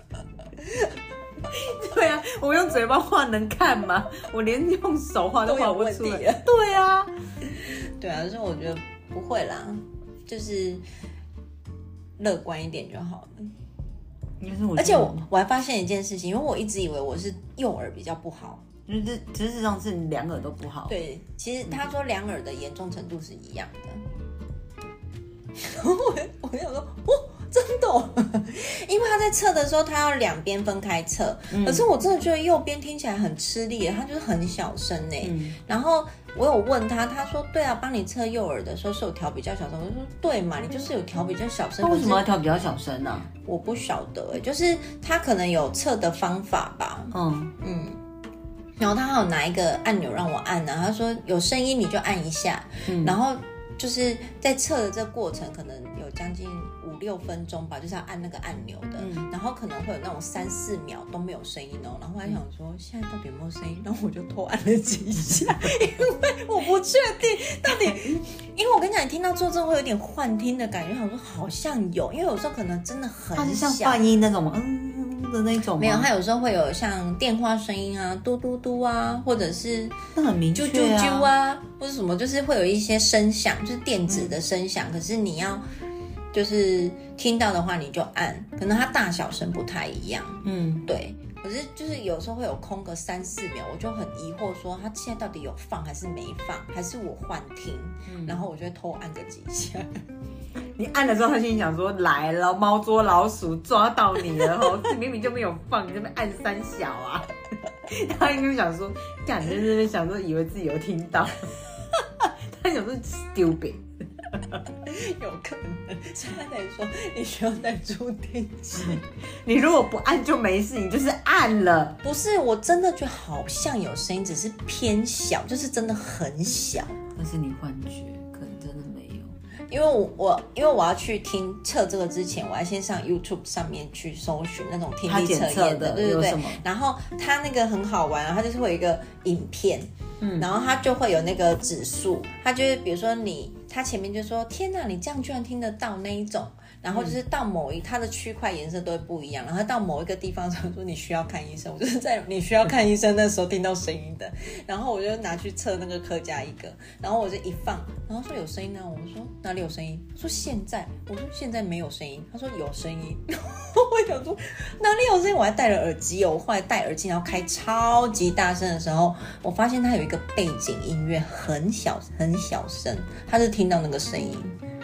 对啊，我用嘴巴画能看吗？我连用手画都画不出来。对啊， 对啊，所以我觉得不会啦，就是乐观一点就好了。而且我还发现一件事情，因为我一直以为我是右耳比较不好， 事实上是你两耳都不好。 对，其实他说两耳的严重程度是一样的。我就想说，真的哦，因为他在测的时候，他要两边分开测，可是我真的觉得右边听起来很吃力，他就是很小声然后我有问他，他说对啊，帮你测右耳的时候是有调比较小声，我就说对嘛，你就是有调比较小声。 为什么要调比较小声呢？ 我不晓得就是他可能有测的方法吧。然后他还有拿一个按钮让我按他说有声音你就按一下，然后就是在测的这个过程可能有将近5-6分钟吧，就是要按那个按钮的，然后可能会有那种3-4秒都没有声音然后我还想说现在到底有没有声音，然后我就偷按了几下，因为我不确定到底，因为我跟你讲，你听到之后真的会有点幻听的感觉，想说好像有，因为有时候可能真的很小，它是像泛音那种的那种吗？ 没有，它有时候会有像电话声音啊，嘟嘟嘟啊，或者是那很明确啾啾啾啊，或者什么，就是会有一些声响，就是电子的声响。可是你要就是听到的话，你就按，可能它大小声不太一样。对。可是就是有时候会有空个3-4秒，我就很疑惑说他现在到底有放还是没放，还是我幻听？然后我就会偷按个几下。 你按了之后，他心里想说来了，猫捉老鼠抓到你了明明就没有放，你这边按3小啊。他应该想说，干在这边想说，以为自己有听到。他想说 stupid。 有可能，所以他才说你需要带助听器。 你如果不按就没事，你就是按了。 不是，我真的觉得好像有声音，只是偏小，就是真的很小。 那是你幻觉，可能真的没有。 因为我要去测这个之前，我要先上 YouTube 上面去搜寻那种听力测验的，对对对。然后他那个很好玩啊，他就是会有一个影片，然后他就会有那个指数，他就是比如说他前面就说天哪，你这样居然听得到那一种，然后就是到它的区块颜色都会不一样，然后到某一个地方的时候说你需要看医生，我就是在你需要看医生那时候听到声音的，然后我就拿去测那个客家一个，然后我就一放，然后说有声音呢，我说哪里有声音？他说现在，我说现在没有声音，他说有声音，我想说哪里有声音？我还戴了耳机我后来戴耳机然后开超级大声的时候，我发现它有一个背景音乐很小很小声，他是听到那个声音。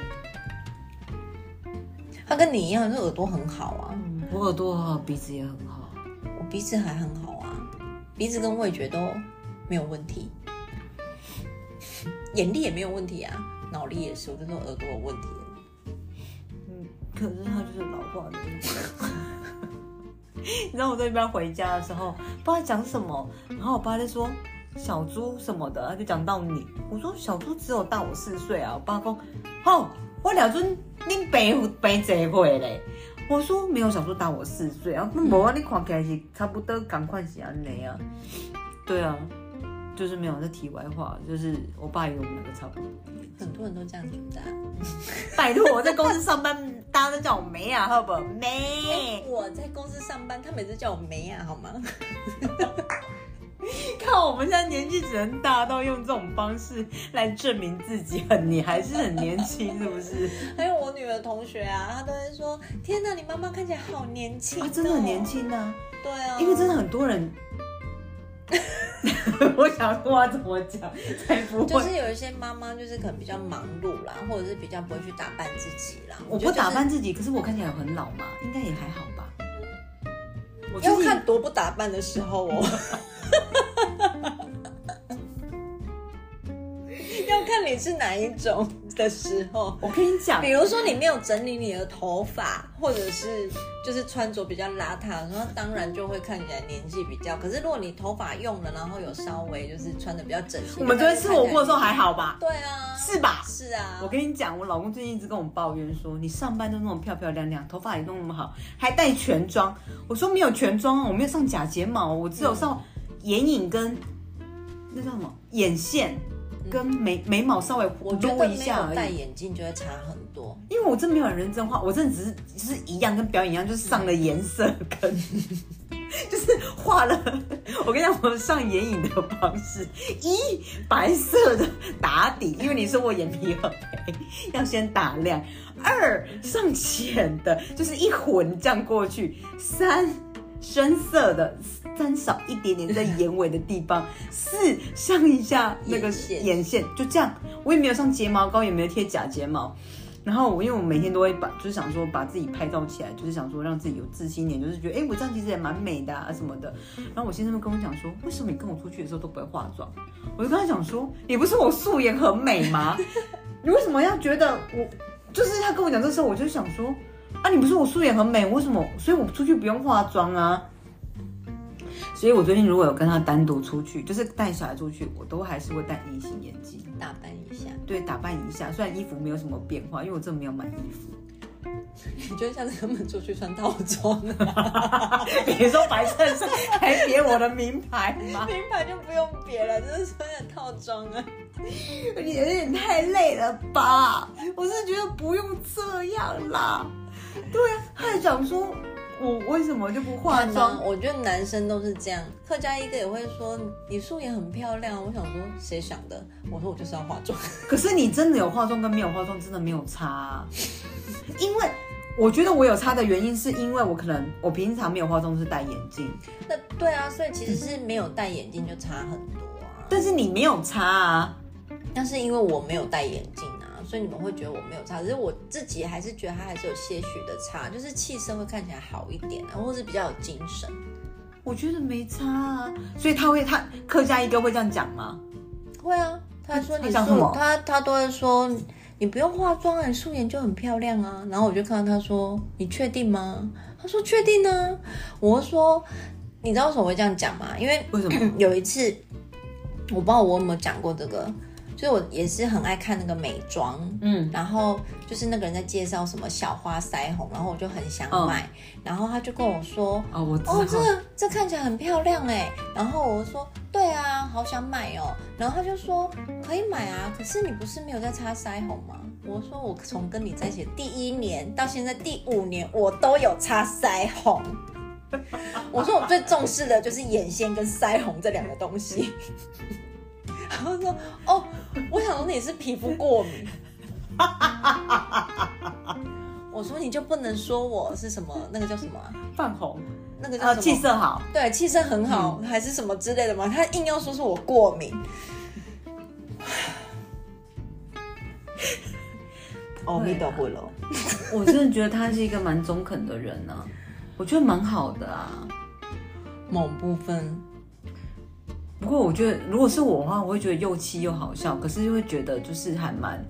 他跟你一样，就耳朵很好啊。 我耳朵很好，鼻子也很好。 我鼻子还很好啊，鼻子跟味觉都没有问题，眼力也没有问题啊。 脑力也是，我就说耳朵有问题。 可是他就是老化的问题。你知道我在一边回家的时候，不知道讲什么，然后我爸就说小猪什么的，他就讲到你。我说小猪只有大我4岁啊。我爸说，我了准恁爸几岁嘞？我说没有，小猪大我4岁啊。那无啊，你看起来是差不多同款是安尼啊。对啊，就是没有。这题外话，就是我爸也有我们2个差不多。 很多人都这样觉得啊。 拜托，我在公司上班，大家都叫我梅啊，好不好？梅。 我在公司上班，他每次叫我梅啊，好吗？ 看我们现在年纪只能大到用这种方式来证明自己你还是很年轻，是不是？ 还有我女儿同学啊，她都会说：“天哪，你妈妈看起来好年轻啊，真的很年轻啊。” 对啊， 因为真的很多人。我想说要怎么讲才不会， 就是有一些妈妈就是可能比较忙碌啦，或者是比较不会去打扮自己啦。 我不打扮自己，可是我看起来很老嘛，应该也还好吧。 要看多不打扮的时候哦。要看你是哪一种的时候。 我跟你讲， 比如说你没有整理你的头发，或者是就是穿着比较邋遢，然后当然就会看起来年纪比较。可是如果你头发用了，然后有稍微就是穿的比较整齐， 我们昨天吃火锅的时候还好吧？ 对啊， 是吧？ 是啊。 我跟你讲，我老公最近一直跟我抱怨说，你上班都那么漂漂亮亮，头发也弄那么好，还带全妆。我说没有全妆，我没有上假睫毛，我只有上眼影跟那叫什么眼线。跟眉毛稍微撸一下而已， 戴眼镜就会差很多。 因为我真没有很认真画，我真的只是一样，跟表演一样，就是上了颜色跟，就是画了。我跟你讲，我上眼影的方式，白色的打底，因为你说我眼皮很黑，要先打亮。2上浅的，就是一混这样过去。3深色的。3少一点点在眼尾的地方，4上一下那个眼线，就这样。我也没有上睫毛膏，也没有贴假睫毛。然后因为我每天都会就是想说把自己拍照起来，就是想说让自己有自信一点，就是觉得我这样其实也蛮美的啊什么的。然后我先生会跟我讲说，为什么你跟我出去的时候都不会化妆？我就跟他讲说，你不是我素颜很美吗？你为什么要觉得我？就是他跟我讲这时候，我就想说，啊，你不是我素颜很美，为什么？所以我出去不用化妆啊。所以我最近如果有跟他单独出去，就是带小孩出去，我都还是会戴隐形眼镜， 打扮一下。对， 打扮一下。虽然衣服没有什么变化，因为我真的没有买衣服。 你觉得下次根本出去穿套装啊？比如说白衬衫，还别我的名牌吗？ 名牌就不用别了，就是穿点套装啊。 你有点太累了吧？我是觉得不用这样啦。对啊，他还讲说。我为什么就不化妆？ 我觉得男生都是这样。客家一个也会说你素颜很漂亮，我想说谁想的？我说我就是要化妆。 可是你真的有化妆跟没有化妆真的没有差啊。因为我觉得我有差的原因是因为我平常没有化妆是戴眼镜。 那对啊，所以其实是没有戴眼镜就差很多啊。 但是你没有差啊。 但是因为我没有戴眼镜啊。所以你们会觉得我没有差，可是我自己还是觉得它还是有些许的差，就是气色会看起来好一点啊，或是比较有精神。 我觉得没差啊，所以他客家一哥会这样讲吗？ 会啊，他说你讲什么？ 他都会说你不用化妆啊，你素颜就很漂亮啊。然后我就看到他说你确定吗？他说确定啊。我说你知道为什么会这样讲吗？因为为什么有一次我不知道我有没有讲过这个。就是我也是很爱看那个美妆，然后就是那个人在介绍什么小花腮红，然后我就很想买，然后他就跟我说， 我知道这看起来很漂亮哎，然后我说对啊，好想买哦，然后他就说可以买啊，可是你不是没有在擦腮红吗？我说我从跟你在一起的第1年到现在第5年，我都有擦腮红。我说我最重视的就是眼线跟腮红这2个东西。然后说哦，我想说你是皮肤过敏。我说你就不能说我是什么那个叫什么泛红， 那个叫什么气色好， 对，气色很好，还是什么之类的吗？他硬要说是我过敏。阿弥陀佛了。 我真的觉得他是一个蛮中肯的人啊，我觉得蛮好的啊， 某部分。 不过我觉得如果是我的话，我会觉得又气又好笑，可是又会觉得就是还蛮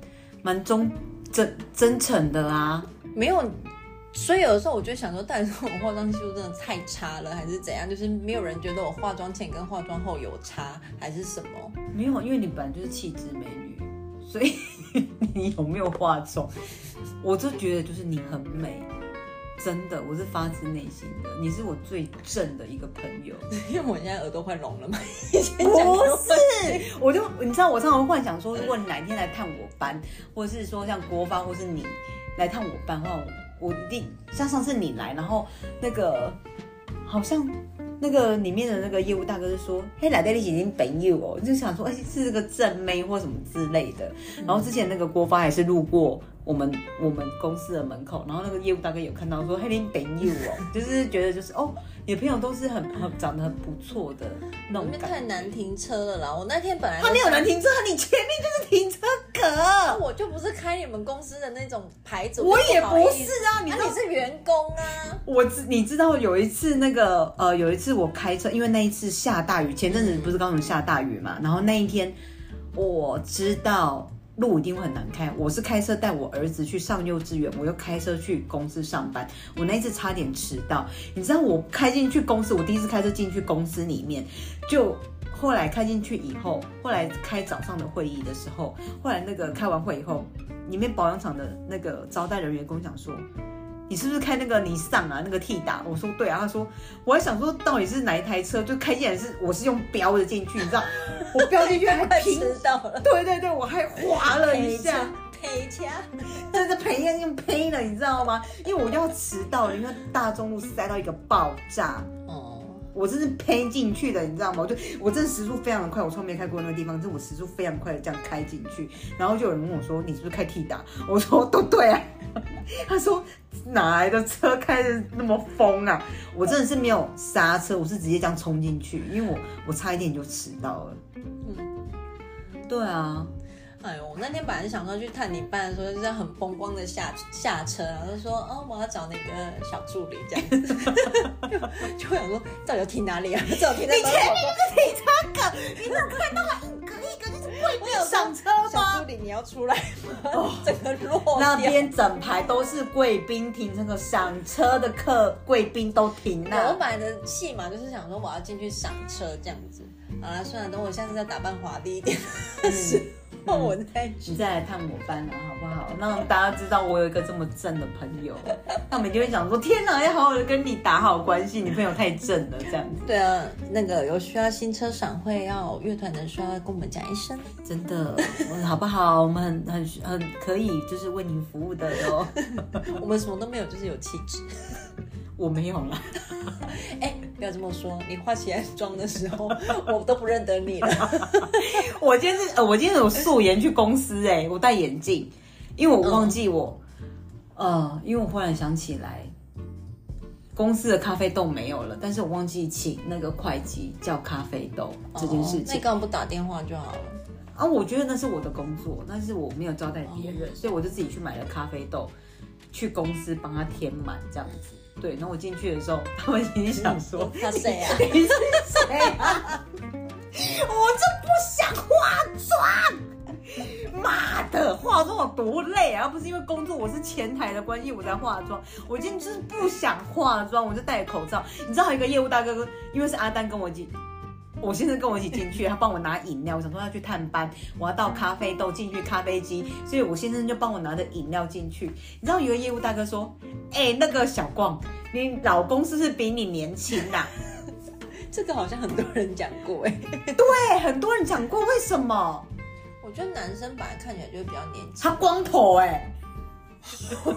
蛮真诚的啊。 没有，所以有的时候我就想说，到底是我化妆技术真的太差了，还是怎样？就是没有人觉得我化妆前跟化妆后有差，还是什么？ 没有，因为你本来就是气质美女，所以你有没有化妆，我就觉得就是你很美。真的，我是发自内心的，你是我最正的一个朋友。 因为我现在耳朵快聋了嘛。 不是，你知道，我常常会幻想说，如果你哪天来探我班，或者是说像国芳或是你来探我班的话，我一定像上次你来，然后那个好像那个里面的那个业务大哥就说：“嘿，来这里已经朋友哦。”就想说，哎，是个正妹或什么之类的。然后之前那个国芳还是路过我们公司的门口，然后那个业务大哥有看到说：“嘿，你朋友哦。”就是觉得就是哦，你的朋友都是很长得很不错的那种感觉。 太难停车了啦！我那天本来他没有难停车，你前面就是停车格。 我就不是开你们公司的那种牌子， 我也不是啊， 你是员工啊。 你知道有一次有一次我开车，因为那一次下大雨，前阵子不是刚下大雨嘛，然后那一天我知道路一定会很难开，我是开车带我儿子去上幼稚园，我又开车去公司上班，我那一次差点迟到。你知道我开进去公司，我第一次开车进去公司里面，就后来开进去以后，后来开早上的会议的时候，后来那个开完会以后，里面保养厂的那个招待人员跟我讲说，你是不是开那个尼桑啊，那个 T 打？我说对啊。他说我还想说到底是哪一台车，就开进来我是用标的进去，你知道，我标进去还平到了， 对对对，我还滑了一下， 赔钱， 真的用赔了，你知道吗？因为我要迟到了，因为大中路塞到一个爆炸。我真是喷进去的，你知道吗？我真的时速非常的快，我从来没开过那个地方，我时速非常快的这样开进去，然后就有人问我说：“你是不是开 T 打？”我说：“都对啊。”他说：“哪来的车开的那么疯啊？”我真的是没有刹车，我是直接这样冲进去，因为我差一点就迟到了。对啊。 哎呦，我那天本来是想说去探你班的时候，就这样很风光的下车，然后就说我要找那个小助理这样子，就想说到底要停哪里啊？到底停在你前面就是停车格，你没有看到吗？一格一格就是贵宾上车吗？ 小助理你要出来吗？整个落掉。 那边整排都是贵宾停车格，上车的贵宾都停那。 我本来的戏嘛，就是想说我要进去上车这样子。好啦，算了，等我下次再打扮华丽一点的时候，我再去。 你再来探我班啊，好不好？让大家知道我有一个这么正的朋友，他们就会想说：天哪，要好好的跟你打好关系，你朋友太正了，这样子。 对啊，那个有需要新车赏会要乐团的需要跟我们讲一声， 真的，好不好？我们很可以，就是为您服务的哟。 我们什么都没有，就是有气质。 我没有啦。 不要这么说，你化起来妆的时候，我都不认得你了。 我今天有素颜去公司我戴眼镜，因为我忘记因为我忽然想起来，公司的咖啡豆没有了，但是我忘记请那个会计叫咖啡豆这件事情。 那你干嘛不打电话就好了？ 啊，我觉得那是我的工作，但是我没有招待别人，所以我就自己去买了咖啡豆，去公司帮他填满这样子。对，然后我进去的时候，他们已经想说：“ 他谁啊？ 你是谁啊？”我就不想化妆，妈的，化妆有多累啊！不是因为工作，我是前台的关系我才化妆。我今天就是不想化妆，我就戴口罩。你知道有一个业务大哥，因为是阿丹跟我一起。我先生跟我一起进去，他帮我拿饮料。我想说要去探班，我要倒咖啡豆进去咖啡机，所以我先生就帮我拿着饮料进去。你知道有个业务大哥说：“那个小光，你老公是不是比你年轻啊？” 这个好像很多人讲过对，很多人讲过，为什么？ 我觉得男生本来看起来就会比较年轻。 他光头不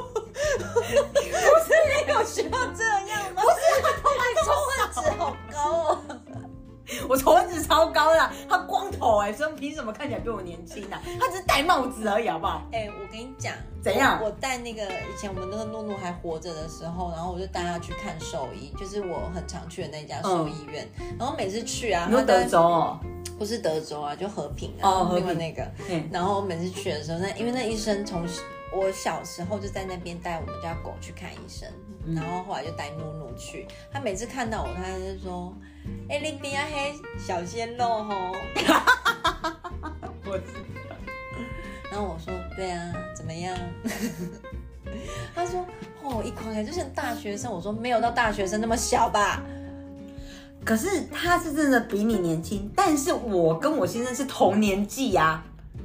是你有需要这样吗？ 不是，他头发仇恨值好高哦。 我仇恨值超高的，他光头所以凭什么看起来比我年轻啊？他只是戴帽子而已，好不好？ 我跟你讲， 怎样？ 我带那个以前我们那个诺诺还活着的时候，然后我就带他去看兽医，就是我很常去的那家兽医院。然后每次去啊， 你说德州哦？ 不是德州啊，就和平啊， 和平另外那个。然后每次去的时候，因为那医生从我小时候就在那边带我们家狗去看医生，然后后来就带诺诺去。他每次看到我，他就说：“你边黑小鲜肉吼。”我知道。然然后我说对啊，怎么样？他说一夸起来就像大学生。我说没有到大学生那么小吧。 可是他是真的比你年轻，但是我跟我先生是同年纪呀、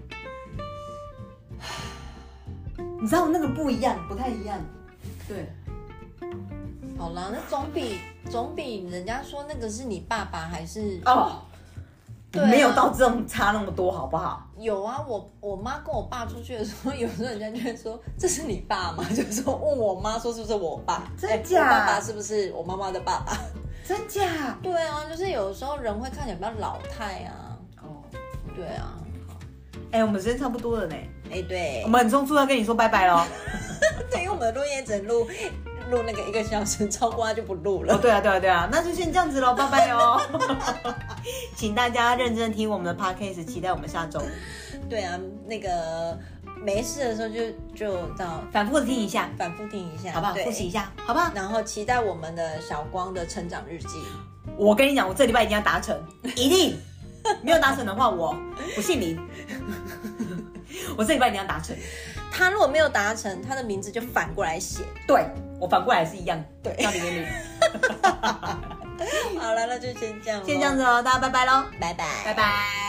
你知道那个不一样，不太一样。对， 好啦，那总比人家说那个是你爸爸还是对啊， 没有到这种差那么多，好不好？ 有啊，我妈跟我爸出去的时候，有时候人家就会说这是你爸吗？就是说问我妈说是不是我爸？ 真假？ 我爸爸是不是我妈妈的爸爸？ 真假？ 对啊，就是有时候人会看起来比较老态啊。对啊。 我们时间差不多了呢。 对， 我们很匆促要跟你说拜拜咯。 对，因为我们的录音也只能录那个1个小时，超过它就不录了。 对啊，那就先这样子咯，拜拜哦。请大家认真听我们的 podcast， 期待我们下周。 对啊，那个没事的时候就到反复听一下， 好不好？复习一下，好不好？ 然后期待我们的小光的成长日记。 我跟你讲，我这礼拜一定要达成，一定。没有达成的话，我不姓林。我这礼拜一定要达成。 他如果没有达成，他的名字就反过来写。 对，我反过来是一样， 对， 叫林林。 好了，那就先这样， 先这样子咯，大家拜拜咯， 拜拜， 拜拜。